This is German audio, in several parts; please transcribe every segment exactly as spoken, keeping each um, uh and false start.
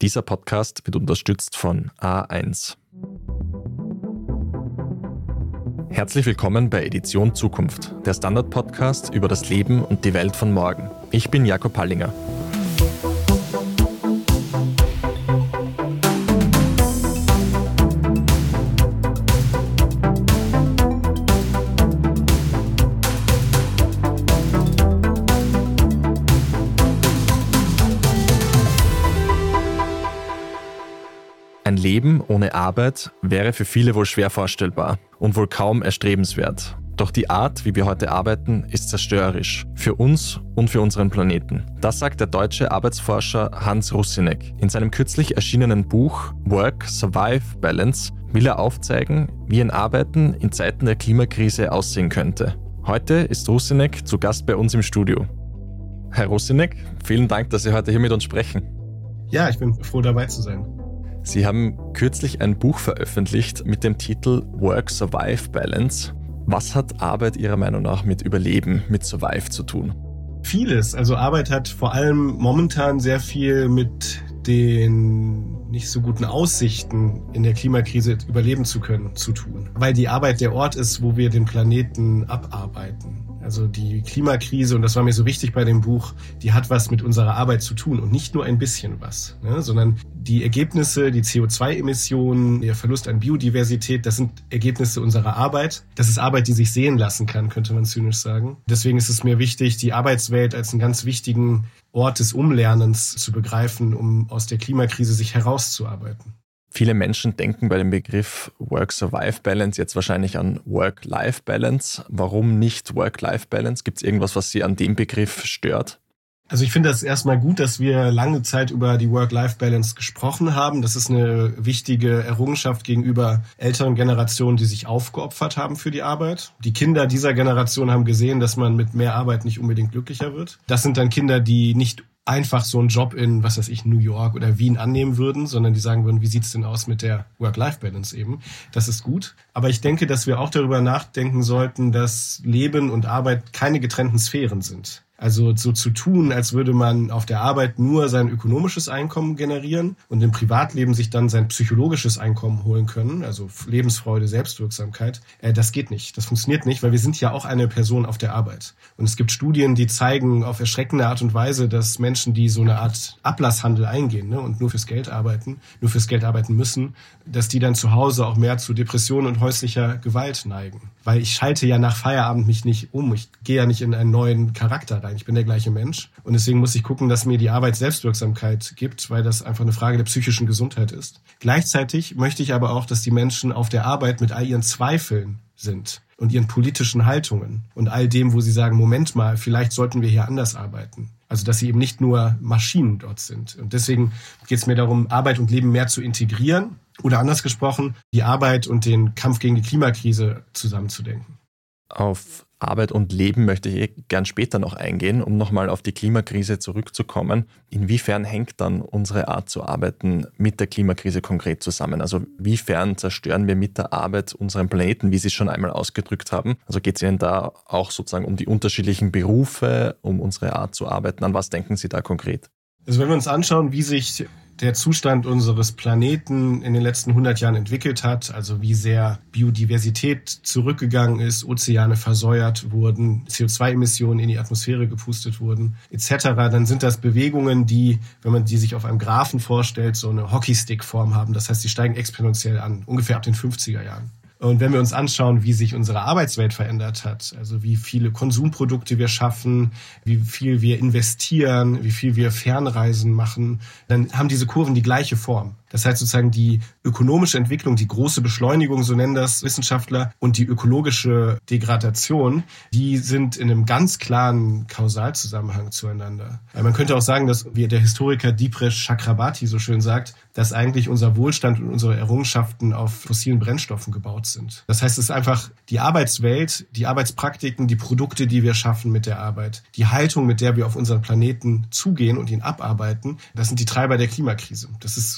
Dieser Podcast wird unterstützt von A eins. Herzlich willkommen bei Edition Zukunft, der Standard-Podcast über das Leben und die Welt von morgen. Ich bin Jakob Hallinger. Ein Leben ohne Arbeit wäre für viele wohl schwer vorstellbar und wohl kaum erstrebenswert. Doch die Art, wie wir heute arbeiten, ist zerstörerisch. Für uns und für unseren Planeten. Das sagt der deutsche Arbeitsforscher Hans Russinek. In seinem kürzlich erschienenen Buch Work, Survive, Balance will er aufzeigen, wie ein Arbeiten in Zeiten der Klimakrise aussehen könnte. Heute ist Russinek zu Gast bei uns im Studio. Herr Russinek, vielen Dank, dass Sie heute hier mit uns sprechen. Ja, ich bin froh, dabei zu sein. Sie haben kürzlich ein Buch veröffentlicht mit dem Titel Work, Survive, Balance. Was hat Arbeit Ihrer Meinung nach mit Überleben, mit Survive zu tun? Vieles. Also Arbeit hat vor allem momentan sehr viel mit den nicht so guten Aussichten in der Klimakrise überleben zu können, zu tun. Weil die Arbeit der Ort ist, wo wir den Planeten abarbeiten. Also die Klimakrise, und das war mir so wichtig bei dem Buch, die hat was mit unserer Arbeit zu tun und nicht nur ein bisschen was, ne? Sondern die Ergebnisse, die C O zwei Emissionen, der Verlust an Biodiversität, das sind Ergebnisse unserer Arbeit. Das ist Arbeit, die sich sehen lassen kann, könnte man zynisch sagen. Deswegen ist es mir wichtig, die Arbeitswelt als einen ganz wichtigen Ort des Umlernens zu begreifen, um aus der Klimakrise sich herauszuarbeiten. Viele Menschen denken bei dem Begriff Work-Survive-Balance jetzt wahrscheinlich an Work-Life-Balance. Warum nicht Work-Life-Balance? Gibt es irgendwas, was Sie an dem Begriff stört? Also ich finde das erstmal gut, dass wir lange Zeit über die Work-Life-Balance gesprochen haben. Das ist eine wichtige Errungenschaft gegenüber älteren Generationen, die sich aufgeopfert haben für die Arbeit. Die Kinder dieser Generation haben gesehen, dass man mit mehr Arbeit nicht unbedingt glücklicher wird. Das sind dann Kinder, die nicht einfach so einen Job in, was weiß ich, New York oder Wien annehmen würden, sondern die sagen würden, wie sieht's denn aus mit der Work-Life-Balance eben? Das ist gut. Aber ich denke, dass wir auch darüber nachdenken sollten, dass Leben und Arbeit keine getrennten Sphären sind. Also so zu tun, als würde man auf der Arbeit nur sein ökonomisches Einkommen generieren und im Privatleben sich dann sein psychologisches Einkommen holen können, also Lebensfreude, Selbstwirksamkeit, äh, das geht nicht. Das funktioniert nicht, weil wir sind ja auch eine Person auf der Arbeit. Und es gibt Studien, die zeigen auf erschreckende Art und Weise, dass Menschen, die so eine Art Ablasshandel eingehen, ne, und nur fürs Geld arbeiten, nur fürs Geld arbeiten müssen, dass die dann zu Hause auch mehr zu Depressionen und häuslicher Gewalt neigen. Weil ich schalte ja nach Feierabend mich nicht um. Ich gehe ja nicht in einen neuen Charakter rein. Ich bin der gleiche Mensch. Und deswegen muss ich gucken, dass mir die Arbeit Selbstwirksamkeit gibt, weil das einfach eine Frage der psychischen Gesundheit ist. Gleichzeitig möchte ich aber auch, dass die Menschen auf der Arbeit mit all ihren Zweifeln sind und ihren politischen Haltungen und all dem, wo sie sagen, Moment mal, vielleicht sollten wir hier anders arbeiten. Also dass sie eben nicht nur Maschinen dort sind. Und deswegen geht es mir darum, Arbeit und Leben mehr zu integrieren oder anders gesprochen, die Arbeit und den Kampf gegen die Klimakrise zusammenzudenken. Auf Arbeit und Leben möchte ich gern später noch eingehen, um nochmal auf die Klimakrise zurückzukommen. Inwiefern hängt dann unsere Art zu arbeiten mit der Klimakrise konkret zusammen? Also wiefern zerstören wir mit der Arbeit unseren Planeten, wie Sie es schon einmal ausgedrückt haben? Also geht es Ihnen da auch sozusagen um die unterschiedlichen Berufe, um unsere Art zu arbeiten? An was denken Sie da konkret? Also wenn wir uns anschauen, wie sich der Zustand unseres Planeten in den letzten hundert Jahren entwickelt hat, also wie sehr Biodiversität zurückgegangen ist, Ozeane versäuert wurden, C O zwei Emissionen in die Atmosphäre gepustet wurden, et cetera, dann sind das Bewegungen, die, wenn man die sich auf einem Graphen vorstellt, so eine Hockeystick-Form haben. Das heißt, die steigen exponentiell an, ungefähr ab den fünfziger Jahren. Und wenn wir uns anschauen, wie sich unsere Arbeitswelt verändert hat, also wie viele Konsumprodukte wir schaffen, wie viel wir investieren, wie viel wir Fernreisen machen, dann haben diese Kurven die gleiche Form. Das heißt sozusagen die ökonomische Entwicklung, die große Beschleunigung, so nennen das Wissenschaftler, und die ökologische Degradation, die sind in einem ganz klaren Kausalzusammenhang zueinander. Man könnte auch sagen, dass, wie der Historiker Dipresh Chakrabarti so schön sagt, dass eigentlich unser Wohlstand und unsere Errungenschaften auf fossilen Brennstoffen gebaut sind. Das heißt, es ist einfach die Arbeitswelt, die Arbeitspraktiken, die Produkte, die wir schaffen mit der Arbeit, die Haltung, mit der wir auf unseren Planeten zugehen und ihn abarbeiten, das sind die Treiber der Klimakrise. Das ist nicht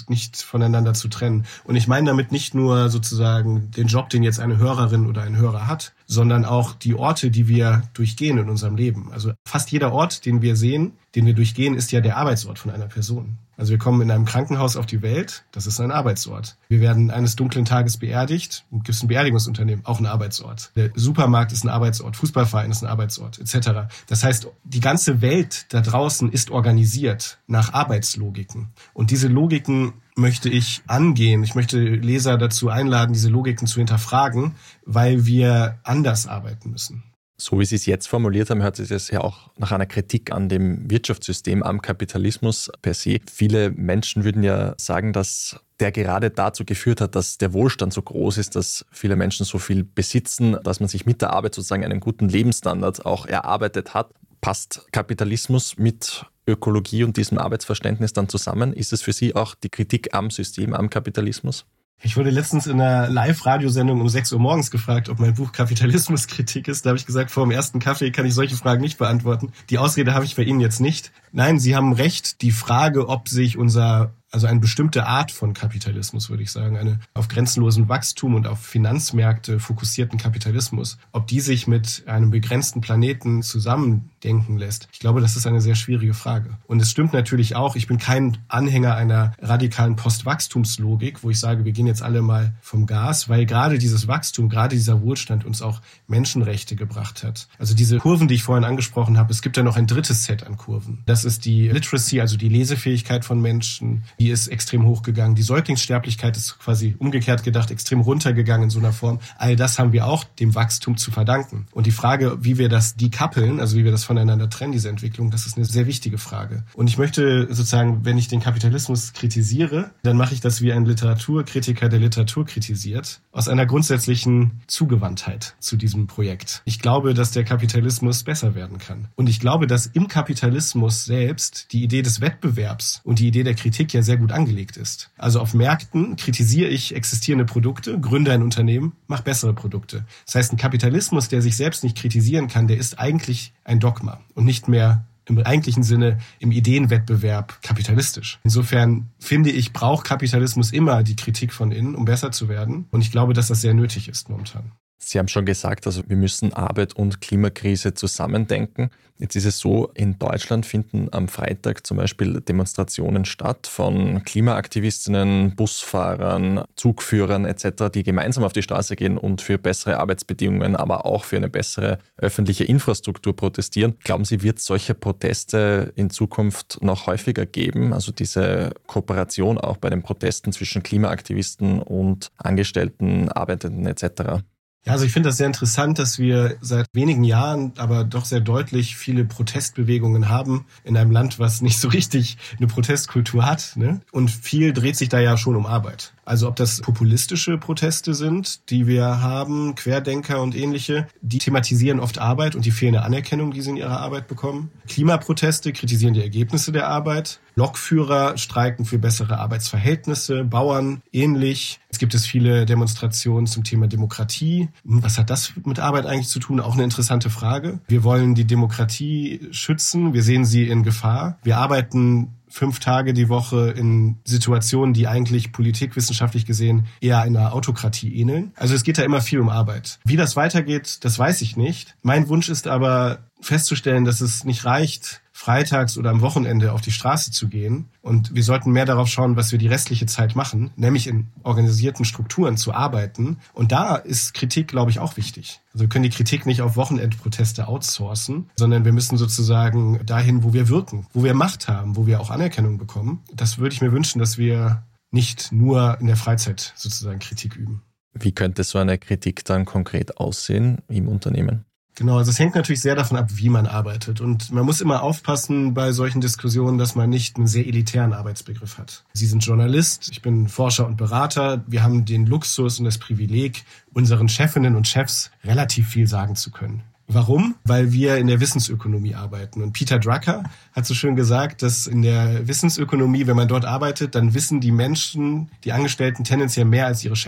voneinander zu trennen. Und ich meine damit nicht nur sozusagen den Job, den jetzt eine Hörerin oder ein Hörer hat, sondern auch die Orte, die wir durchgehen in unserem Leben. Also fast jeder Ort, den wir sehen, den wir durchgehen, ist ja der Arbeitsort von einer Person. Also wir kommen in einem Krankenhaus auf die Welt, das ist ein Arbeitsort. Wir werden eines dunklen Tages beerdigt, und gibt es ein Beerdigungsunternehmen, auch ein Arbeitsort. Der Supermarkt ist ein Arbeitsort, Fußballverein ist ein Arbeitsort, et cetera. Das heißt, die ganze Welt da draußen ist organisiert nach Arbeitslogiken. Und diese Logiken möchte ich angehen. Ich möchte Leser dazu einladen, diese Logiken zu hinterfragen, weil wir anders arbeiten müssen. So wie Sie es jetzt formuliert haben, hört sich das ja auch nach einer Kritik an dem Wirtschaftssystem, am Kapitalismus per se. Viele Menschen würden ja sagen, dass der gerade dazu geführt hat, dass der Wohlstand so groß ist, dass viele Menschen so viel besitzen, dass man sich mit der Arbeit sozusagen einen guten Lebensstandard auch erarbeitet hat. Passt Kapitalismus mit Ökologie und diesem Arbeitsverständnis dann zusammen? Ist es für Sie auch die Kritik am System, am Kapitalismus? Ich wurde letztens in einer Live-Radiosendung um sechs Uhr morgens gefragt, ob mein Buch Kapitalismuskritik ist. Da habe ich gesagt, vor dem ersten Kaffee kann ich solche Fragen nicht beantworten. Die Ausrede habe ich bei Ihnen jetzt nicht. Nein, Sie haben recht. Die Frage, ob sich unser Also eine bestimmte Art von Kapitalismus, würde ich sagen, eine auf grenzenlosen Wachstum und auf Finanzmärkte fokussierten Kapitalismus, ob die sich mit einem begrenzten Planeten zusammendenken lässt. Ich glaube, das ist eine sehr schwierige Frage. Und es stimmt natürlich auch, ich bin kein Anhänger einer radikalen Postwachstumslogik, wo ich sage, wir gehen jetzt alle mal vom Gas, weil gerade dieses Wachstum, gerade dieser Wohlstand uns auch Menschenrechte gebracht hat. Also diese Kurven, die ich vorhin angesprochen habe, es gibt ja noch ein drittes Set an Kurven. Das ist die Literacy, also die Lesefähigkeit von Menschen. Die ist extrem hochgegangen. Die Säuglingssterblichkeit ist quasi umgekehrt gedacht extrem runtergegangen in so einer Form. All das haben wir auch dem Wachstum zu verdanken. Und die Frage, wie wir das dekoppeln, also wie wir das voneinander trennen, diese Entwicklung, das ist eine sehr wichtige Frage. Und ich möchte sozusagen, wenn ich den Kapitalismus kritisiere, dann mache ich das wie ein Literaturkritiker, der Literatur kritisiert, aus einer grundsätzlichen Zugewandtheit zu diesem Projekt. Ich glaube, dass der Kapitalismus besser werden kann. Und ich glaube, dass im Kapitalismus selbst die Idee des Wettbewerbs und die Idee der Kritik ja sehr gut angelegt ist. Also auf Märkten kritisiere ich existierende Produkte, gründe ein Unternehmen, mache bessere Produkte. Das heißt, ein Kapitalismus, der sich selbst nicht kritisieren kann, der ist eigentlich ein Dogma und nicht mehr im eigentlichen Sinne im Ideenwettbewerb kapitalistisch. Insofern finde ich, braucht Kapitalismus immer die Kritik von innen, um besser zu werden. Und ich glaube, dass das sehr nötig ist momentan. Sie haben schon gesagt, also wir müssen Arbeit und Klimakrise zusammendenken. Jetzt ist es so, in Deutschland finden am Freitag zum Beispiel Demonstrationen statt von Klimaaktivistinnen, Busfahrern, Zugführern et cetera, die gemeinsam auf die Straße gehen und für bessere Arbeitsbedingungen, aber auch für eine bessere öffentliche Infrastruktur protestieren. Glauben Sie, wird es solche Proteste in Zukunft noch häufiger geben? Also diese Kooperation auch bei den Protesten zwischen Klimaaktivisten und Angestellten, Arbeitenden et cetera? Ja, also ich finde das sehr interessant, dass wir seit wenigen Jahren aber doch sehr deutlich viele Protestbewegungen haben in einem Land, was nicht so richtig eine Protestkultur hat, ne? Und viel dreht sich da ja schon um Arbeit. Also ob das populistische Proteste sind, die wir haben, Querdenker und ähnliche, die thematisieren oft Arbeit und die fehlende Anerkennung, die sie in ihrer Arbeit bekommen. Klimaproteste kritisieren die Ergebnisse der Arbeit. Lokführer streiken für bessere Arbeitsverhältnisse, Bauern ähnlich. Es gibt es viele Demonstrationen zum Thema Demokratie. Was hat das mit Arbeit eigentlich zu tun? Auch eine interessante Frage. Wir wollen die Demokratie schützen. Wir sehen sie in Gefahr. Wir arbeiten fünf Tage die Woche in Situationen, die eigentlich politikwissenschaftlich gesehen eher einer Autokratie ähneln. Also es geht da immer viel um Arbeit. Wie das weitergeht, das weiß ich nicht. Mein Wunsch ist aber festzustellen, dass es nicht reicht, freitags oder am Wochenende auf die Straße zu gehen. Und wir sollten mehr darauf schauen, was wir die restliche Zeit machen, nämlich in organisierten Strukturen zu arbeiten. Und da ist Kritik, glaube ich, auch wichtig. Also wir können die Kritik nicht auf Wochenendproteste outsourcen, sondern wir müssen sozusagen dahin, wo wir wirken, wo wir Macht haben, wo wir auch Anerkennung bekommen. Das würde ich mir wünschen, dass wir nicht nur in der Freizeit sozusagen Kritik üben. Wie könnte so eine Kritik dann konkret aussehen im Unternehmen? Genau, also es hängt natürlich sehr davon ab, wie man arbeitet. Und man muss immer aufpassen bei solchen Diskussionen, dass man nicht einen sehr elitären Arbeitsbegriff hat. Sie sind Journalist, ich bin Forscher und Berater. Wir haben den Luxus und das Privileg, unseren Chefinnen und Chefs relativ viel sagen zu können. Warum? Weil wir in der Wissensökonomie arbeiten. Und Peter Drucker hat so schön gesagt, dass in der Wissensökonomie, wenn man dort arbeitet, dann wissen die Menschen, die Angestellten tendenziell mehr als ihre Chefs.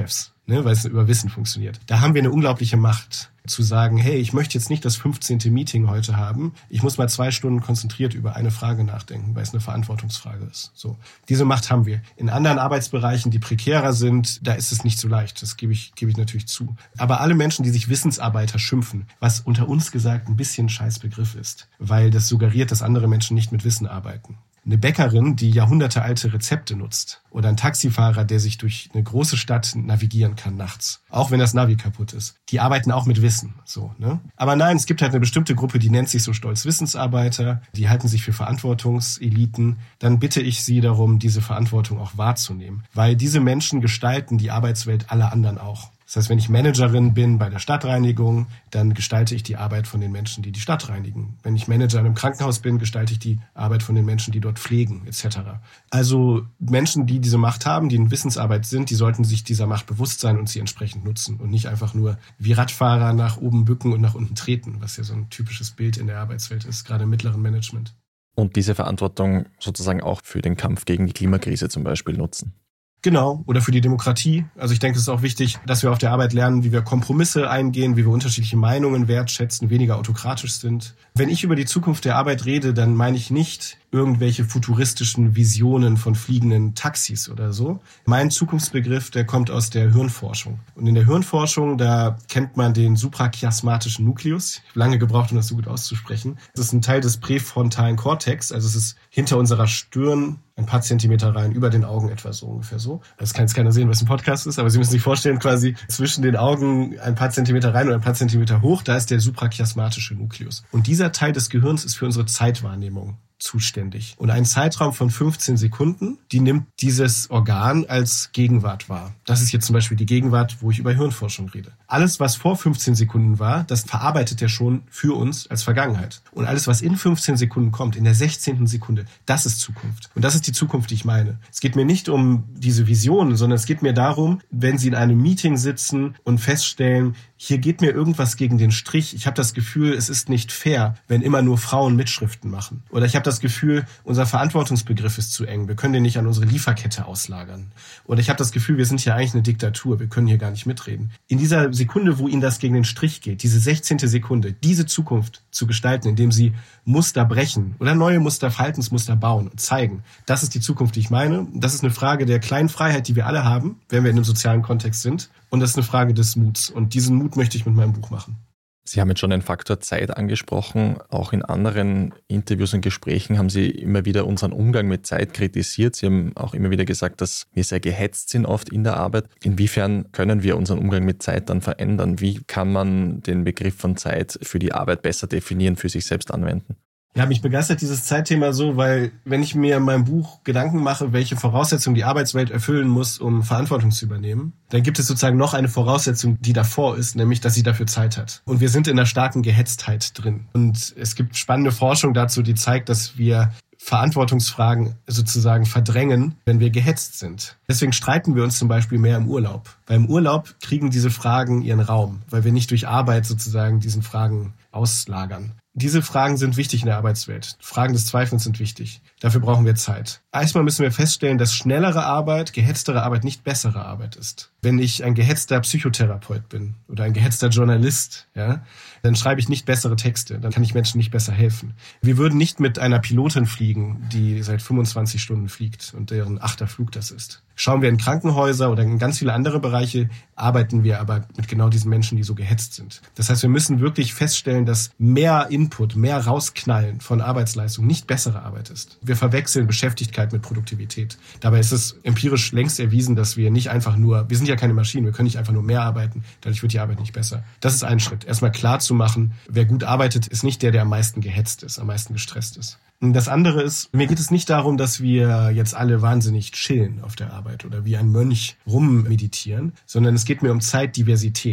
ne, weil es über Wissen funktioniert. Da haben wir eine unglaubliche Macht, zu sagen, hey, ich möchte jetzt nicht das fünfzehnte Meeting heute haben. Ich muss mal zwei Stunden konzentriert über eine Frage nachdenken, weil es eine Verantwortungsfrage ist. So, diese Macht haben wir. In anderen Arbeitsbereichen, die prekärer sind, da ist es nicht so leicht. Das gebe ich, gebe ich natürlich zu. Aber alle Menschen, die sich Wissensarbeiter schimpfen, was unter uns gesagt ein bisschen ein Scheißbegriff ist, weil das suggeriert, dass andere Menschen nicht mit Wissen arbeiten. Eine Bäckerin, die jahrhundertealte Rezepte nutzt, oder ein Taxifahrer, der sich durch eine große Stadt navigieren kann nachts, auch wenn das Navi kaputt ist. Die arbeiten auch mit Wissen, so, ne? Aber nein, es gibt halt eine bestimmte Gruppe, die nennt sich so stolz Wissensarbeiter, die halten sich für Verantwortungseliten. Dann bitte ich Sie darum, diese Verantwortung auch wahrzunehmen, weil diese Menschen gestalten die Arbeitswelt aller anderen auch. Das heißt, wenn ich Managerin bin bei der Stadtreinigung, dann gestalte ich die Arbeit von den Menschen, die die Stadt reinigen. Wenn ich Manager in einem Krankenhaus bin, gestalte ich die Arbeit von den Menschen, die dort pflegen, et cetera. Also Menschen, die diese Macht haben, die in Wissensarbeit sind, die sollten sich dieser Macht bewusst sein und sie entsprechend nutzen und nicht einfach nur wie Radfahrer nach oben bücken und nach unten treten, was ja so ein typisches Bild in der Arbeitswelt ist, gerade im mittleren Management. Und diese Verantwortung sozusagen auch für den Kampf gegen die Klimakrise zum Beispiel nutzen. Genau, oder für die Demokratie. Also ich denke, es ist auch wichtig, dass wir auf der Arbeit lernen, wie wir Kompromisse eingehen, wie wir unterschiedliche Meinungen wertschätzen, weniger autokratisch sind. Wenn ich über die Zukunft der Arbeit rede, dann meine ich nicht irgendwelche futuristischen Visionen von fliegenden Taxis oder so. Mein Zukunftsbegriff, der kommt aus der Hirnforschung. Und in der Hirnforschung, da kennt man den suprachiasmatischen Nukleus. Ich habe lange gebraucht, um das so gut auszusprechen. Das ist ein Teil des präfrontalen Kortex, also es ist hinter unserer Stirn ein paar Zentimeter rein, über den Augen etwa so ungefähr so. Das kann jetzt keiner sehen, was ein Podcast ist, aber Sie müssen sich vorstellen, quasi zwischen den Augen ein paar Zentimeter rein und ein paar Zentimeter hoch, da ist der suprachiasmatische Nukleus. Und dieser Teil des Gehirns ist für unsere Zeitwahrnehmung zuständig. Und ein Zeitraum von fünfzehn Sekunden, die nimmt dieses Organ als Gegenwart wahr. Das ist jetzt zum Beispiel die Gegenwart, wo ich über Hirnforschung rede. Alles, was vor fünfzehn Sekunden war, das verarbeitet er schon für uns als Vergangenheit. Und alles, was in fünfzehn Sekunden kommt, in der sechzehnten Sekunde, das ist Zukunft. Und das ist die Zukunft, die ich meine. Es geht mir nicht um diese Visionen, sondern es geht mir darum, wenn Sie in einem Meeting sitzen und feststellen, hier geht mir irgendwas gegen den Strich. Ich habe das Gefühl, es ist nicht fair, wenn immer nur Frauen Mitschriften machen. Oder ich habe das Gefühl, unser Verantwortungsbegriff ist zu eng. Wir können den nicht an unsere Lieferkette auslagern. Oder ich habe das Gefühl, wir sind hier eigentlich eine Diktatur. Wir können hier gar nicht mitreden. In dieser Sekunde, wo Ihnen das gegen den Strich geht, diese sechzehnte Sekunde, diese Zukunft zu gestalten, indem Sie Muster brechen oder neue Muster, Verhaltensmuster bauen und zeigen, das ist die Zukunft, die ich meine. Das ist eine Frage der kleinen Freiheit, die wir alle haben, wenn wir in einem sozialen Kontext sind. Und das ist eine Frage des Muts. Und diesen Mut möchte ich mit meinem Buch machen. Sie haben jetzt schon den Faktor Zeit angesprochen. Auch in anderen Interviews und Gesprächen haben Sie immer wieder unseren Umgang mit Zeit kritisiert. Sie haben auch immer wieder gesagt, dass wir sehr gehetzt sind oft in der Arbeit. Inwiefern können wir unseren Umgang mit Zeit dann verändern? Wie kann man den Begriff von Zeit für die Arbeit besser definieren, für sich selbst anwenden? Ja, mich begeistert dieses Zeitthema so, weil wenn ich mir in meinem Buch Gedanken mache, welche Voraussetzungen die Arbeitswelt erfüllen muss, um Verantwortung zu übernehmen, dann gibt es sozusagen noch eine Voraussetzung, die davor ist, nämlich, dass sie dafür Zeit hat. Und wir sind in einer starken Gehetztheit drin. Und es gibt spannende Forschung dazu, die zeigt, dass wir Verantwortungsfragen sozusagen verdrängen, wenn wir gehetzt sind. Deswegen streiten wir uns zum Beispiel mehr im Urlaub. Weil im Urlaub kriegen diese Fragen ihren Raum, weil wir nicht durch Arbeit sozusagen diesen Fragen auslagern. Diese Fragen sind wichtig in der Arbeitswelt. Fragen des Zweifels sind wichtig. Dafür brauchen wir Zeit. Erstmal müssen wir feststellen, dass schnellere Arbeit, gehetztere Arbeit nicht bessere Arbeit ist. Wenn ich ein gehetzter Psychotherapeut bin oder ein gehetzter Journalist, ja, dann schreibe ich nicht bessere Texte. Dann kann ich Menschen nicht besser helfen. Wir würden nicht mit einer Pilotin fliegen, die seit fünfundzwanzig Stunden fliegt und deren achter Flug das ist. Schauen wir in Krankenhäuser oder in ganz viele andere Bereiche, arbeiten wir aber mit genau diesen Menschen, die so gehetzt sind. Das heißt, wir müssen wirklich feststellen, dass mehr Input, mehr Rausknallen von Arbeitsleistung nicht bessere Arbeit ist. Wir verwechseln Beschäftigkeit mit Produktivität. Dabei ist es empirisch längst erwiesen, dass wir nicht einfach nur, wir sind ja keine Maschinen, wir können nicht einfach nur mehr arbeiten, dadurch wird die Arbeit nicht besser. Das ist ein Schritt. Erstmal klar zu machen, wer gut arbeitet, ist nicht der, der am meisten gehetzt ist, am meisten gestresst ist. Und das andere ist, mir geht es nicht darum, dass wir jetzt alle wahnsinnig chillen auf der Arbeit oder wie ein Mönch rummeditieren, sondern es geht mir um Zeitdiversität.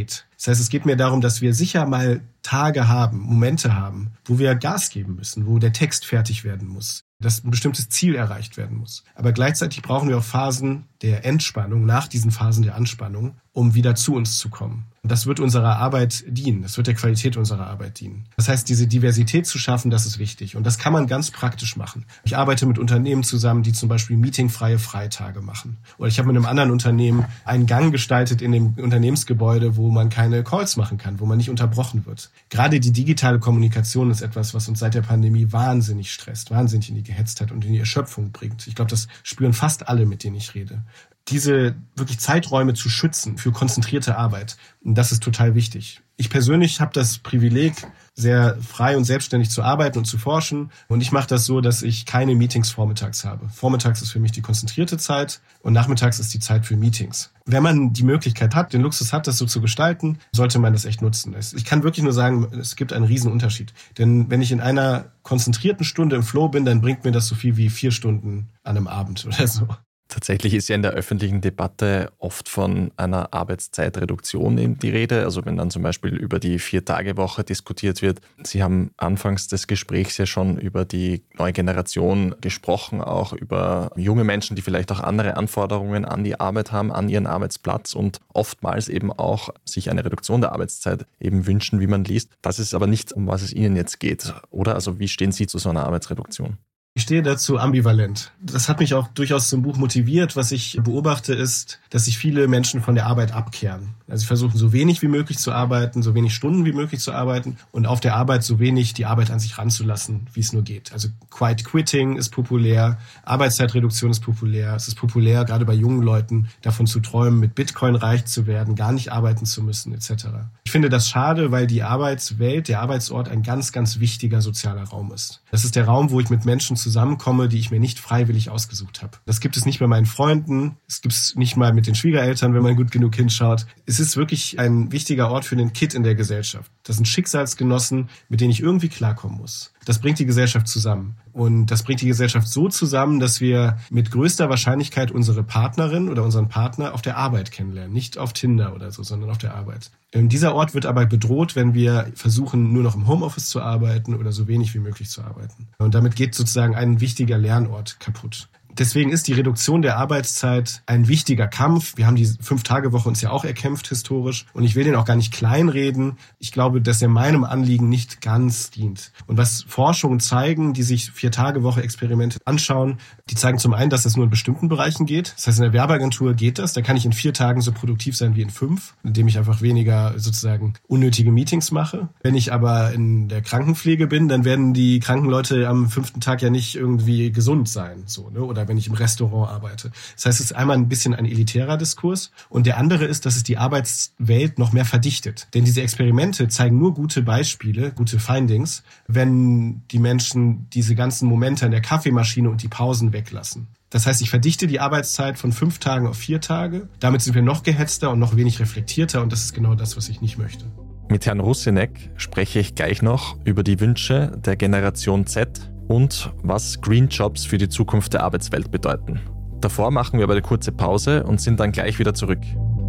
Das heißt, es geht mir darum, dass wir sicher mal Tage haben, Momente haben, wo wir Gas geben müssen, wo der Text fertig werden muss, dass ein bestimmtes Ziel erreicht werden muss. Aber gleichzeitig brauchen wir auch Phasen der Entspannung, nach diesen Phasen der Anspannung, um wieder zu uns zu kommen. Und das wird unserer Arbeit dienen, das wird der Qualität unserer Arbeit dienen. Das heißt, diese Diversität zu schaffen, das ist wichtig. Und das kann man ganz praktisch machen. Ich arbeite mit Unternehmen zusammen, die zum Beispiel meetingfreie Freitage machen. Oder ich habe mit einem anderen Unternehmen einen Gang gestaltet in dem Unternehmensgebäude, wo man keine Calls machen kann, wo man nicht unterbrochen wird. Gerade die digitale Kommunikation ist etwas, was uns seit der Pandemie wahnsinnig stresst, wahnsinnig in die Gehetztheit und in die Erschöpfung bringt. Ich glaube, das spüren fast alle, mit denen ich rede. Diese wirklich Zeiträume zu schützen für konzentrierte Arbeit, das ist total wichtig. Ich persönlich habe das Privileg, sehr frei und selbstständig zu arbeiten und zu forschen. Und ich mache das so, dass ich keine Meetings vormittags habe. Vormittags ist für mich die konzentrierte Zeit und nachmittags ist die Zeit für Meetings. Wenn man die Möglichkeit hat, den Luxus hat, das so zu gestalten, sollte man das echt nutzen. Ich kann wirklich nur sagen, es gibt einen riesen Unterschied. Denn wenn ich in einer konzentrierten Stunde im Flow bin, dann bringt mir das so viel wie vier Stunden an einem Abend oder so. Tatsächlich ist ja in der öffentlichen Debatte oft von einer Arbeitszeitreduktion die Rede. Also wenn dann zum Beispiel über die Vier-Tage-Woche diskutiert wird. Sie haben anfangs des Gesprächs ja schon über die neue Generation gesprochen, auch über junge Menschen, die vielleicht auch andere Anforderungen an die Arbeit haben, an ihren Arbeitsplatz und oftmals eben auch sich eine Reduktion der Arbeitszeit eben wünschen, wie man liest. Das ist aber nicht, um was es Ihnen jetzt geht, oder? Also wie stehen Sie zu so einer Arbeitsreduktion? Ich stehe dazu ambivalent. Das hat mich auch durchaus zum Buch motiviert. Was ich beobachte, ist, dass sich viele Menschen von der Arbeit abkehren. Also sie versuchen, so wenig wie möglich zu arbeiten, so wenig Stunden wie möglich zu arbeiten und auf der Arbeit so wenig die Arbeit an sich ranzulassen, wie es nur geht. Also Quiet Quitting ist populär, Arbeitszeitreduktion ist populär. Es ist populär, gerade bei jungen Leuten, davon zu träumen, mit Bitcoin reich zu werden, gar nicht arbeiten zu müssen, et cetera. Ich finde das schade, weil die Arbeitswelt, der Arbeitsort ein ganz, ganz wichtiger sozialer Raum ist. Das ist der Raum, wo ich mit Menschen zusammenkomme, die ich mir nicht freiwillig ausgesucht habe. Das gibt es nicht bei meinen Freunden, es gibt es nicht mal mit den Schwiegereltern, wenn man gut genug hinschaut. Es ist wirklich ein wichtiger Ort für den Kid in der Gesellschaft. Das sind Schicksalsgenossen, mit denen ich irgendwie klarkommen muss. Das bringt die Gesellschaft zusammen. Und das bringt die Gesellschaft so zusammen, dass wir mit größter Wahrscheinlichkeit unsere Partnerin oder unseren Partner auf der Arbeit kennenlernen. Nicht auf Tinder oder so, sondern auf der Arbeit. Ähm, dieser Ort wird aber bedroht, wenn wir versuchen, nur noch im Homeoffice zu arbeiten oder so wenig wie möglich zu arbeiten. Und damit geht sozusagen ein wichtiger Lernort kaputt. Deswegen ist die Reduktion der Arbeitszeit ein wichtiger Kampf. Wir haben die Fünf-Tage-Woche uns ja auch erkämpft historisch. Und ich will den auch gar nicht kleinreden. Ich glaube, dass er meinem Anliegen nicht ganz dient. Und was Forschungen zeigen, die sich Vier-Tage-Woche-Experimente anschauen, die zeigen zum einen, dass das nur in bestimmten Bereichen geht. Das heißt, in der Werbeagentur geht das. Da kann ich in vier Tagen so produktiv sein wie in fünf, indem ich einfach weniger sozusagen unnötige Meetings mache. Wenn ich aber in der Krankenpflege bin, dann werden die kranken Leute am fünften Tag ja nicht irgendwie gesund sein, so, ne? Oder wenn ich im Restaurant arbeite. Das heißt, es ist einmal ein bisschen ein elitärer Diskurs und der andere ist, dass es die Arbeitswelt noch mehr verdichtet. Denn diese Experimente zeigen nur gute Beispiele, gute Findings, wenn die Menschen diese ganzen Momente an der Kaffeemaschine und die Pausen weglassen. Das heißt, ich verdichte die Arbeitszeit von fünf Tagen auf vier Tage. Damit sind wir noch gehetzter und noch wenig reflektierter und das ist genau das, was ich nicht möchte. Mit Herrn Russinek spreche ich gleich noch über die Wünsche der Generation Z und was Green Jobs für die Zukunft der Arbeitswelt bedeuten. Davor machen wir aber eine kurze Pause und sind dann gleich wieder zurück.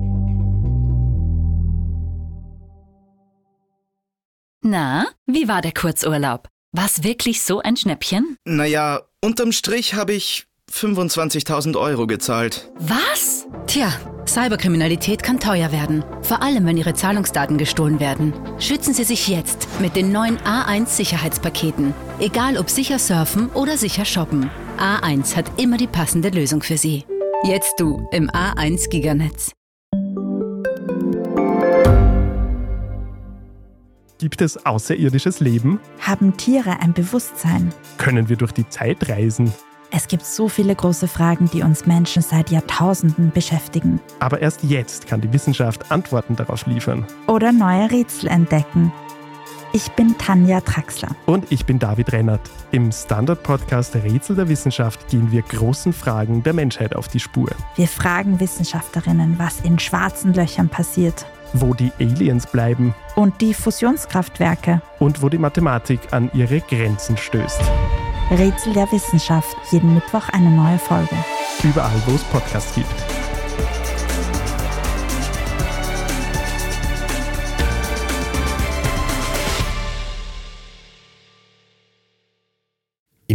Na, wie war der Kurzurlaub? War's wirklich so ein Schnäppchen? Naja, unterm Strich habe ich fünfundzwanzigtausend Euro gezahlt. Was? Tja, Cyberkriminalität kann teuer werden. Vor allem, wenn Ihre Zahlungsdaten gestohlen werden. Schützen Sie sich jetzt mit den neuen A eins Sicherheitspaketen. Egal ob sicher surfen oder sicher shoppen. A eins hat immer die passende Lösung für Sie. Jetzt du im A eins Giganetz. Gibt es außerirdisches Leben? Haben Tiere ein Bewusstsein? Können wir durch die Zeit reisen? Es gibt so viele große Fragen, die uns Menschen seit Jahrtausenden beschäftigen. Aber erst jetzt kann die Wissenschaft Antworten darauf liefern. Oder neue Rätsel entdecken. Ich bin Tanja Traxler. Und ich bin David Rennert. Im Standard-Podcast Rätsel der Wissenschaft gehen wir großen Fragen der Menschheit auf die Spur. Wir fragen Wissenschaftlerinnen, was in schwarzen Löchern passiert. Wo die Aliens bleiben. Und die Fusionskraftwerke. Und wo die Mathematik an ihre Grenzen stößt. Rätsel der Wissenschaft. Jeden Mittwoch eine neue Folge. Überall, wo es Podcasts gibt.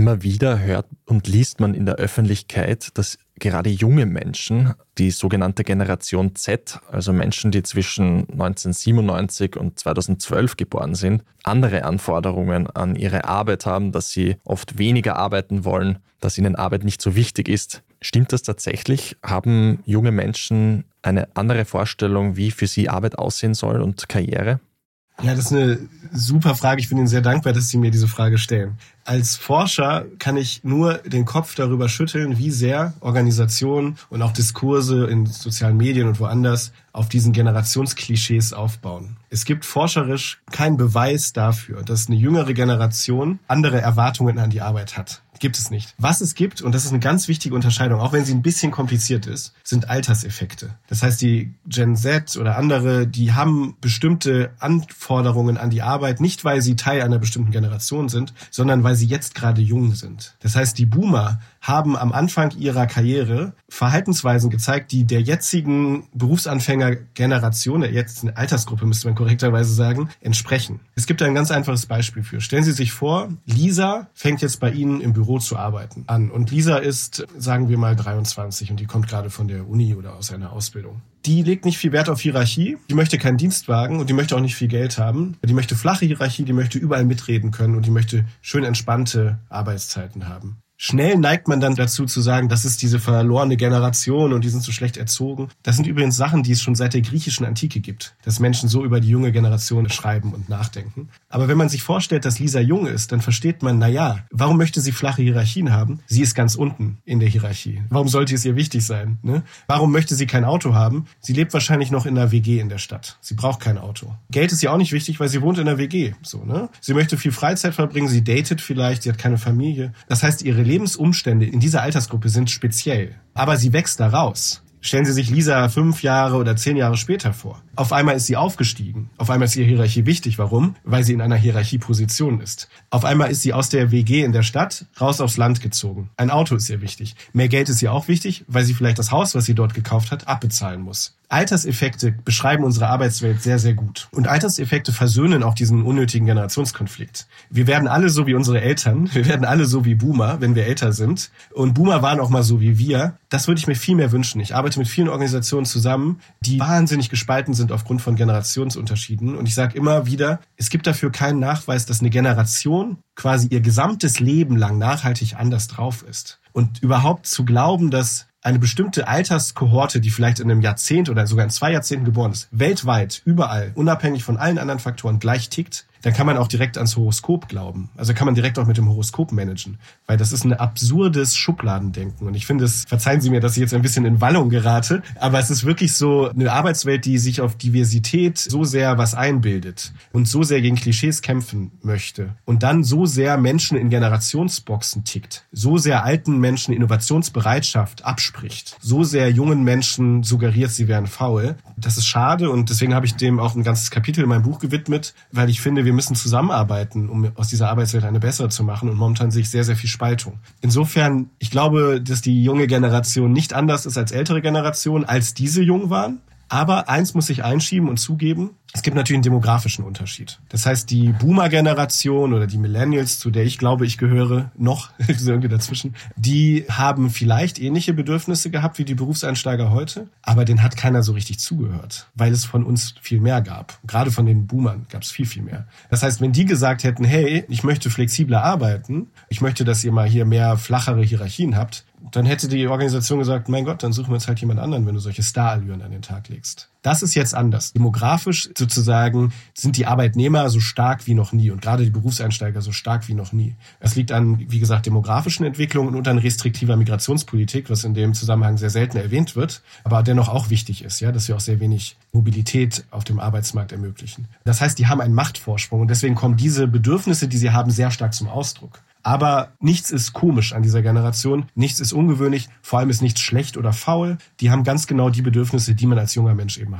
Immer wieder hört und liest man in der Öffentlichkeit, dass gerade junge Menschen, die sogenannte Generation Z, also Menschen, die zwischen neunzehnhundertsiebenundneunzig und zweitausendzwölf geboren sind, andere Anforderungen an ihre Arbeit haben, dass sie oft weniger arbeiten wollen, dass ihnen Arbeit nicht so wichtig ist. Stimmt das tatsächlich? Haben junge Menschen eine andere Vorstellung, wie für sie Arbeit aussehen soll und Karriere? Ja, das ist eine super Frage. Ich bin Ihnen sehr dankbar, dass Sie mir diese Frage stellen. Als Forscher kann ich nur den Kopf darüber schütteln, wie sehr Organisationen und auch Diskurse in sozialen Medien und woanders auf diesen Generationsklischees aufbauen. Es gibt forscherisch keinen Beweis dafür, dass eine jüngere Generation andere Erwartungen an die Arbeit hat. Gibt es nicht. Was es gibt, und das ist eine ganz wichtige Unterscheidung, auch wenn sie ein bisschen kompliziert ist, sind Alterseffekte. Das heißt, die Gen Z oder andere, die haben bestimmte Anforderungen an die Arbeit, nicht weil sie Teil einer bestimmten Generation sind, sondern weil sie jetzt gerade jung sind. Das heißt, die Boomer haben am Anfang ihrer Karriere Verhaltensweisen gezeigt, die der jetzigen Berufsanfängergeneration, der jetzigen Altersgruppe, müsste man korrekterweise sagen, entsprechen. Es gibt ein ganz einfaches Beispiel für. Stellen Sie sich vor, Lisa fängt jetzt bei Ihnen im Büro zu arbeiten an. Und Lisa ist, sagen wir mal, dreiundzwanzig und die kommt gerade von der Uni oder aus einer Ausbildung. Die legt nicht viel Wert auf Hierarchie, die möchte keinen Dienstwagen und die möchte auch nicht viel Geld haben. Die möchte flache Hierarchie, die möchte überall mitreden können und die möchte schön entspannte Arbeitszeiten haben. Schnell neigt man dann dazu zu sagen, das ist diese verlorene Generation und die sind so schlecht erzogen. Das sind übrigens Sachen, die es schon seit der griechischen Antike gibt, dass Menschen so über die junge Generation schreiben und nachdenken. Aber wenn man sich vorstellt, dass Lisa jung ist, dann versteht man, na ja, warum möchte sie flache Hierarchien haben? Sie ist ganz unten in der Hierarchie. Warum sollte es ihr wichtig sein? Ne? Warum möchte sie kein Auto haben? Sie lebt wahrscheinlich noch in einer W G in der Stadt. Sie braucht kein Auto. Geld ist ihr auch nicht wichtig, weil sie wohnt in einer W G. So, ne? Sie möchte viel Freizeit verbringen, sie datet vielleicht, sie hat keine Familie. Das heißt, ihre Lebensumstände in dieser Altersgruppe sind speziell. Aber sie wächst da raus. Stellen Sie sich Lisa fünf Jahre oder zehn Jahre später vor. Auf einmal ist sie aufgestiegen. Auf einmal ist ihre Hierarchie wichtig. Warum? Weil sie in einer Hierarchieposition ist. Auf einmal ist sie aus der W G in der Stadt raus aufs Land gezogen. Ein Auto ist ihr wichtig. Mehr Geld ist ihr auch wichtig, weil sie vielleicht das Haus, was sie dort gekauft hat, abbezahlen muss. Alterseffekte beschreiben unsere Arbeitswelt sehr, sehr gut. Und Alterseffekte versöhnen auch diesen unnötigen Generationskonflikt. Wir werden alle so wie unsere Eltern. Wir werden alle so wie Boomer, wenn wir älter sind. Und Boomer waren auch mal so wie wir. Das würde ich mir viel mehr wünschen. Ich arbeite mit vielen Organisationen zusammen, die wahnsinnig gespalten sind aufgrund von Generationsunterschieden. Und ich sage immer wieder, es gibt dafür keinen Nachweis, dass eine Generation quasi ihr gesamtes Leben lang nachhaltig anders drauf ist. Und überhaupt zu glauben, dass eine bestimmte Alterskohorte, die vielleicht in einem Jahrzehnt oder sogar in zwei Jahrzehnten geboren ist, weltweit, überall, unabhängig von allen anderen Faktoren gleich tickt, dann kann man auch direkt ans Horoskop glauben. Also kann man direkt auch mit dem Horoskop managen. Weil das ist ein absurdes Schubladendenken. Und ich finde es, verzeihen Sie mir, dass ich jetzt ein bisschen in Wallung gerate, aber es ist wirklich so eine Arbeitswelt, die sich auf Diversität so sehr was einbildet und so sehr gegen Klischees kämpfen möchte und dann so sehr Menschen in Generationsboxen tickt, so sehr alten Menschen Innovationsbereitschaft abspricht, so sehr jungen Menschen suggeriert, sie wären faul. Das ist schade und deswegen habe ich dem auch ein ganzes Kapitel in meinem Buch gewidmet, weil ich finde, wir müssen zusammenarbeiten, um aus dieser Arbeitswelt eine bessere zu machen. Und momentan sehe ich sehr, sehr viel Spaltung. Insofern, ich glaube, dass die junge Generation nicht anders ist als ältere Generationen, als diese jung waren. Aber eins muss ich einschieben und zugeben, es gibt natürlich einen demografischen Unterschied. Das heißt, die Boomer-Generation oder die Millennials, zu der ich glaube, ich gehöre, noch irgendwie dazwischen, die haben vielleicht ähnliche Bedürfnisse gehabt wie die Berufseinsteiger heute, aber denen hat keiner so richtig zugehört, weil es von uns viel mehr gab. Gerade von den Boomern gab es viel, viel mehr. Das heißt, wenn die gesagt hätten, hey, ich möchte flexibler arbeiten, ich möchte, dass ihr mal hier mehr flachere Hierarchien habt, dann hätte die Organisation gesagt, mein Gott, dann suchen wir uns halt jemand anderen, wenn du solche Starallüren an den Tag legst. Das ist jetzt anders. Demografisch sozusagen sind die Arbeitnehmer so stark wie noch nie und gerade die Berufseinsteiger so stark wie noch nie. Es liegt an, wie gesagt, demografischen Entwicklungen und an restriktiver Migrationspolitik, was in dem Zusammenhang sehr selten erwähnt wird, aber dennoch auch wichtig ist, ja, dass wir auch sehr wenig Mobilität auf dem Arbeitsmarkt ermöglichen. Das heißt, die haben einen Machtvorsprung und deswegen kommen diese Bedürfnisse, die sie haben, sehr stark zum Ausdruck. Aber nichts ist komisch an dieser Generation, nichts ist ungewöhnlich, vor allem ist nichts schlecht oder faul. Die haben ganz genau die Bedürfnisse, die man als junger Mensch eben hat.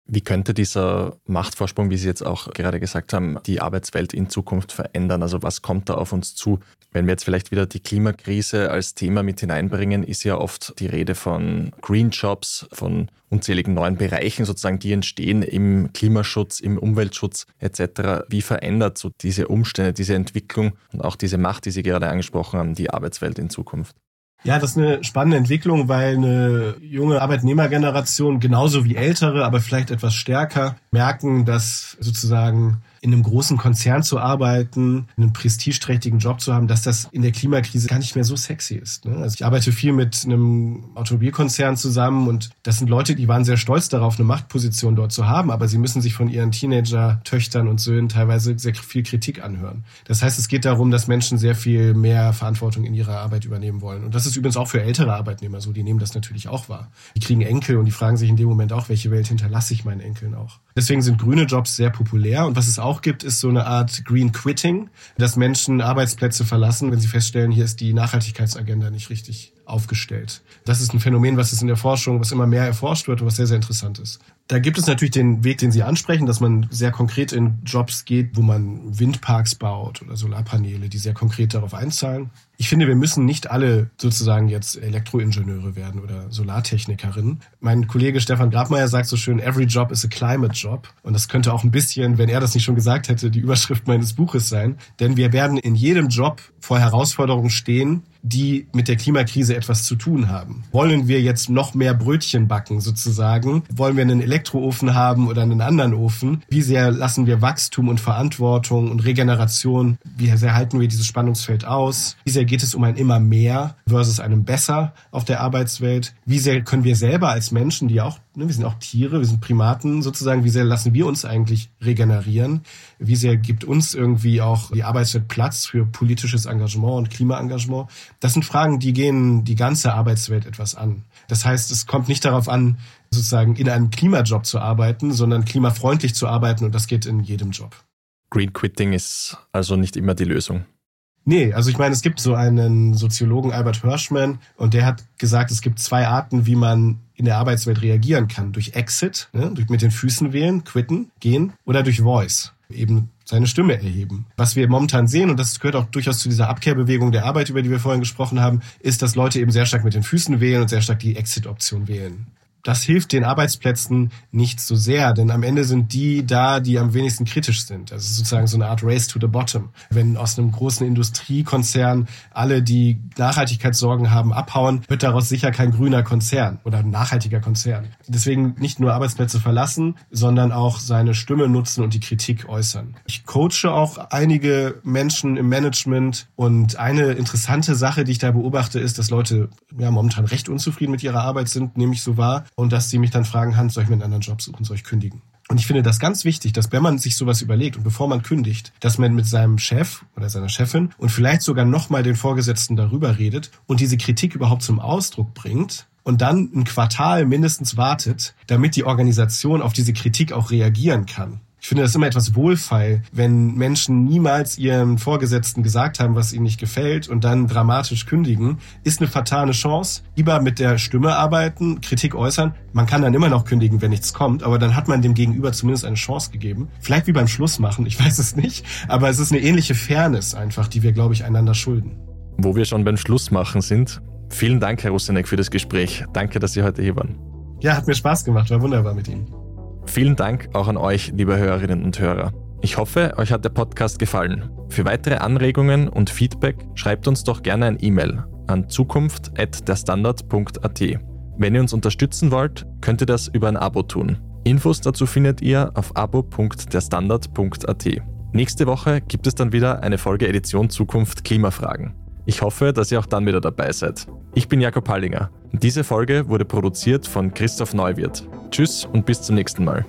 Wie könnte dieser Machtvorsprung, wie Sie jetzt auch gerade gesagt haben, die Arbeitswelt in Zukunft verändern? Also was kommt da auf uns zu? Wenn wir jetzt vielleicht wieder die Klimakrise als Thema mit hineinbringen, ist ja oft die Rede von Green Jobs, von unzähligen neuen Bereichen sozusagen, die entstehen im Klimaschutz, im Umweltschutz et cetera. Wie verändert so diese Umstände, diese Entwicklung und auch diese Macht, die Sie gerade angesprochen haben, die Arbeitswelt in Zukunft? Ja, das ist eine spannende Entwicklung, weil eine junge Arbeitnehmergeneration genauso wie ältere, aber vielleicht etwas stärker merken, dass sozusagen in einem großen Konzern zu arbeiten, einen prestigeträchtigen Job zu haben, dass das in der Klimakrise gar nicht mehr so sexy ist. Also ich arbeite viel mit einem Automobilkonzern zusammen und das sind Leute, die waren sehr stolz darauf, eine Machtposition dort zu haben, aber sie müssen sich von ihren Teenager-Töchtern und Söhnen teilweise sehr viel Kritik anhören. Das heißt, es geht darum, dass Menschen sehr viel mehr Verantwortung in ihrer Arbeit übernehmen wollen. Und das ist übrigens auch für ältere Arbeitnehmer so, die nehmen das natürlich auch wahr. Die kriegen Enkel und die fragen sich in dem Moment auch, welche Welt hinterlasse ich meinen Enkeln auch. Deswegen sind grüne Jobs sehr populär und was es auch gibt, ist so eine Art Green Quitting, dass Menschen Arbeitsplätze verlassen, wenn sie feststellen, hier ist die Nachhaltigkeitsagenda nicht richtig aufgestellt. Das ist ein Phänomen, was es in der Forschung, was immer mehr erforscht wird und was sehr, sehr interessant ist. Da gibt es natürlich den Weg, den Sie ansprechen, dass man sehr konkret in Jobs geht, wo man Windparks baut oder Solarpaneele, die sehr konkret darauf einzahlen. Ich finde, wir müssen nicht alle sozusagen jetzt Elektroingenieure werden oder Solartechnikerinnen. Mein Kollege Stefan Grabmeier sagt so schön, every job is a climate job. Und das könnte auch ein bisschen, wenn er das nicht schon gesagt hätte, die Überschrift meines Buches sein. Denn wir werden in jedem Job vor Herausforderungen stehen, die mit der Klimakrise etwas zu tun haben. Wollen wir jetzt noch mehr Brötchen backen sozusagen? Wollen wir einen Elektroofen haben oder einen anderen Ofen? Wie sehr lassen wir Wachstum und Verantwortung und Regeneration? Wie sehr halten wir dieses Spannungsfeld aus? Wie sehr geht es um ein immer mehr versus einem besser auf der Arbeitswelt? Wie sehr können wir selber als Menschen, die auch, ne, wir sind auch Tiere, wir sind Primaten sozusagen, wie sehr lassen wir uns eigentlich regenerieren? Wie sehr gibt uns irgendwie auch die Arbeitswelt Platz für politisches Engagement und Klimaengagement? Das sind Fragen, die gehen die ganze Arbeitswelt etwas an. Das heißt, es kommt nicht darauf an, sozusagen in einem Klimajob zu arbeiten, sondern klimafreundlich zu arbeiten und das geht in jedem Job. Green Quitting ist also nicht immer die Lösung. Nee, also ich meine, es gibt so einen Soziologen, Albert Hirschman, und der hat gesagt, es gibt zwei Arten, wie man in der Arbeitswelt reagieren kann. Durch Exit, ne, durch mit den Füßen wählen, quitten, gehen, oder durch Voice, eben seine Stimme erheben. Was wir momentan sehen, und das gehört auch durchaus zu dieser Abkehrbewegung der Arbeit, über die wir vorhin gesprochen haben, ist, dass Leute eben sehr stark mit den Füßen wählen und sehr stark die Exit-Option wählen. Das hilft den Arbeitsplätzen nicht so sehr, denn am Ende sind die da, die am wenigsten kritisch sind. Das ist sozusagen so eine Art Race to the Bottom. Wenn aus einem großen Industriekonzern alle, die Nachhaltigkeitssorgen haben, abhauen, wird daraus sicher kein grüner Konzern oder ein nachhaltiger Konzern. Deswegen nicht nur Arbeitsplätze verlassen, sondern auch seine Stimme nutzen und die Kritik äußern. Ich coache auch einige Menschen im Management und eine interessante Sache, die ich da beobachte, ist, dass Leute ja momentan recht unzufrieden mit ihrer Arbeit sind, nehme ich so wahr. Und dass sie mich dann fragen, Hans, soll ich mir einen anderen Job suchen, soll ich kündigen? Und ich finde das ganz wichtig, dass wenn man sich sowas überlegt und bevor man kündigt, dass man mit seinem Chef oder seiner Chefin und vielleicht sogar nochmal den Vorgesetzten darüber redet und diese Kritik überhaupt zum Ausdruck bringt und dann ein Quartal mindestens wartet, damit die Organisation auf diese Kritik auch reagieren kann. Ich finde das immer etwas wohlfeil, wenn Menschen niemals ihrem Vorgesetzten gesagt haben, was ihnen nicht gefällt und dann dramatisch kündigen, ist eine fatale Chance. Lieber mit der Stimme arbeiten, Kritik äußern. Man kann dann immer noch kündigen, wenn nichts kommt, aber dann hat man dem Gegenüber zumindest eine Chance gegeben. Vielleicht wie beim Schluss machen, ich weiß es nicht, aber es ist eine ähnliche Fairness einfach, die wir, glaube ich, einander schulden. Wo wir schon beim Schlussmachen sind, vielen Dank, Herr Russanek, für das Gespräch. Danke, dass Sie heute hier waren. Ja, hat mir Spaß gemacht, war wunderbar mit Ihnen. Vielen Dank auch an euch, liebe Hörerinnen und Hörer. Ich hoffe, euch hat der Podcast gefallen. Für weitere Anregungen und Feedback schreibt uns doch gerne ein E-Mail an zukunft at derstandard punkt a t. Wenn ihr uns unterstützen wollt, könnt ihr das über ein Abo tun. Infos dazu findet ihr auf abo punkt derstandard punkt a t. Nächste Woche gibt es dann wieder eine Folge Edition Zukunft Klimafragen. Ich hoffe, dass ihr auch dann wieder dabei seid. Ich bin Jakob Hallinger. Diese Folge wurde produziert von Christoph Neuwirth. Tschüss und bis zum nächsten Mal.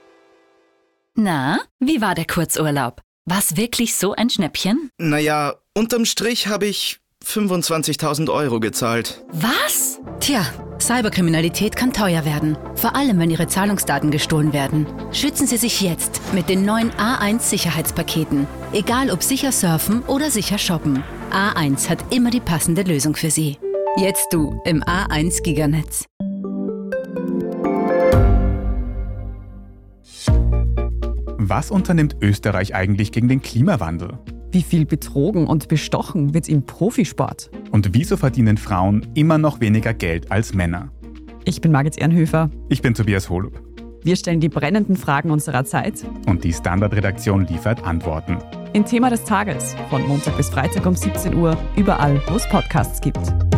Na, wie war der Kurzurlaub? War's wirklich so ein Schnäppchen? Naja, Unterm Strich habe ich fünfundzwanzigtausend Euro gezahlt. Was? Tja, Cyberkriminalität kann teuer werden. Vor allem, wenn Ihre Zahlungsdaten gestohlen werden. Schützen Sie sich jetzt mit den neuen A eins Sicherheitspaketen. Egal ob sicher surfen oder sicher shoppen. A eins hat immer die passende Lösung für Sie. Jetzt du im A eins Giganetz. Was unternimmt Österreich eigentlich gegen den Klimawandel? Wie viel betrogen und bestochen wird im Profisport? Und wieso verdienen Frauen immer noch weniger Geld als Männer? Ich bin Margit Ehrenhöfer. Ich bin Tobias Holub. Wir stellen die brennenden Fragen unserer Zeit. Und die Standard-Redaktion liefert Antworten. Im Thema des Tages von Montag bis Freitag um siebzehn Uhr, überall, wo es Podcasts gibt.